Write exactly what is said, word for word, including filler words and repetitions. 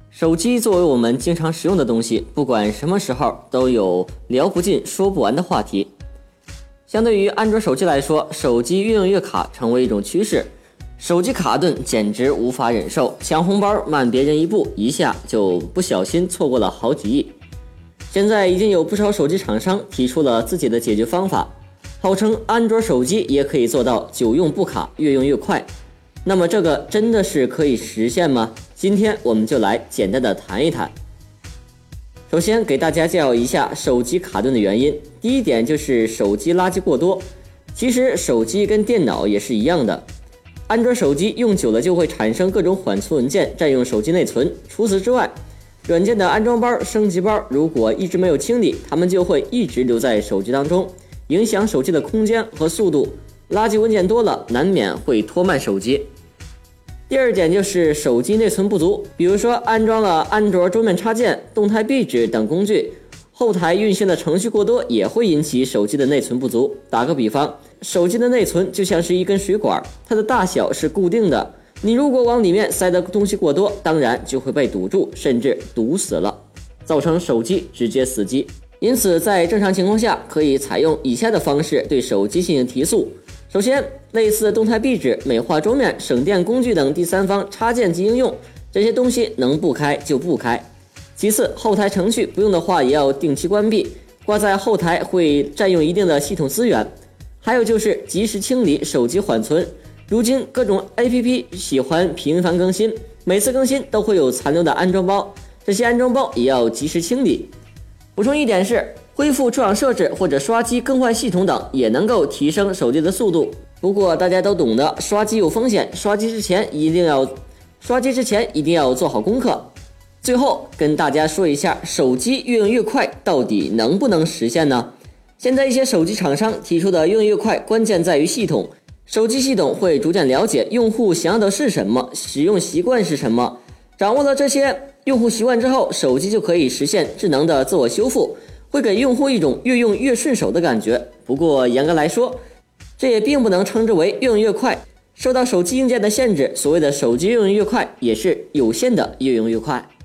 手机作为我们经常使用的东西，不管什么时候都有聊不尽说不完的话题。相对于安卓手机来说，手机越用越卡成为一种趋势，手机卡顿简直无法忍受，抢红包慢别人一步，一下就不小心错过了好几亿。现在已经有不少手机厂商提出了自己的解决方法，号称安卓手机也可以做到久用不卡，越用越快。那么这个真的是可以实现吗？今天我们就来简单的谈一谈。首先给大家介绍一下手机卡顿的原因。第一点就是手机垃圾过多。其实手机跟电脑也是一样的，安卓手机用久了就会产生各种缓存文件占用手机内存。除此之外，软件的安装包、升级包如果一直没有清理，它们就会一直留在手机当中，影响手机的空间和速度。垃圾文件多了，难免会拖慢手机。第二点就是手机内存不足，比如说安装了安卓桌面插件、动态壁纸等工具，后台运行的程序过多也会引起手机的内存不足。打个比方，手机的内存就像是一根水管，它的大小是固定的，你如果往里面塞的东西过多，当然就会被堵住，甚至堵死了，造成手机直接死机。因此在正常情况下，可以采用以下的方式对手机进行提速。首先，类似动态壁纸、美化桌面、省电工具等第三方插件及应用，这些东西能不开就不开。其次，后台程序不用的话也要定期关闭，挂在后台会占用一定的系统资源。还有就是及时清理手机缓存，如今各种 A P P 喜欢频繁更新，每次更新都会有残留的安装包，这些安装包也要及时清理。补充一点是，恢复出厂设置或者刷机更换系统等也能够提升手机的速度。不过大家都懂得，刷机有风险，刷机之前一定要刷机之前一定要做好功课。最后跟大家说一下，手机越用越快到底能不能实现呢？现在一些手机厂商提出的越用越快，关键在于系统。手机系统会逐渐了解用户想要的是什么，使用习惯是什么，掌握了这些用户习惯之后，手机就可以实现智能的自我修复，会给用户一种越用越顺手的感觉。不过严格来说，这也并不能称之为越用越快，受到手机硬件的限制，所谓的手机越用越快也是有限的越用越快。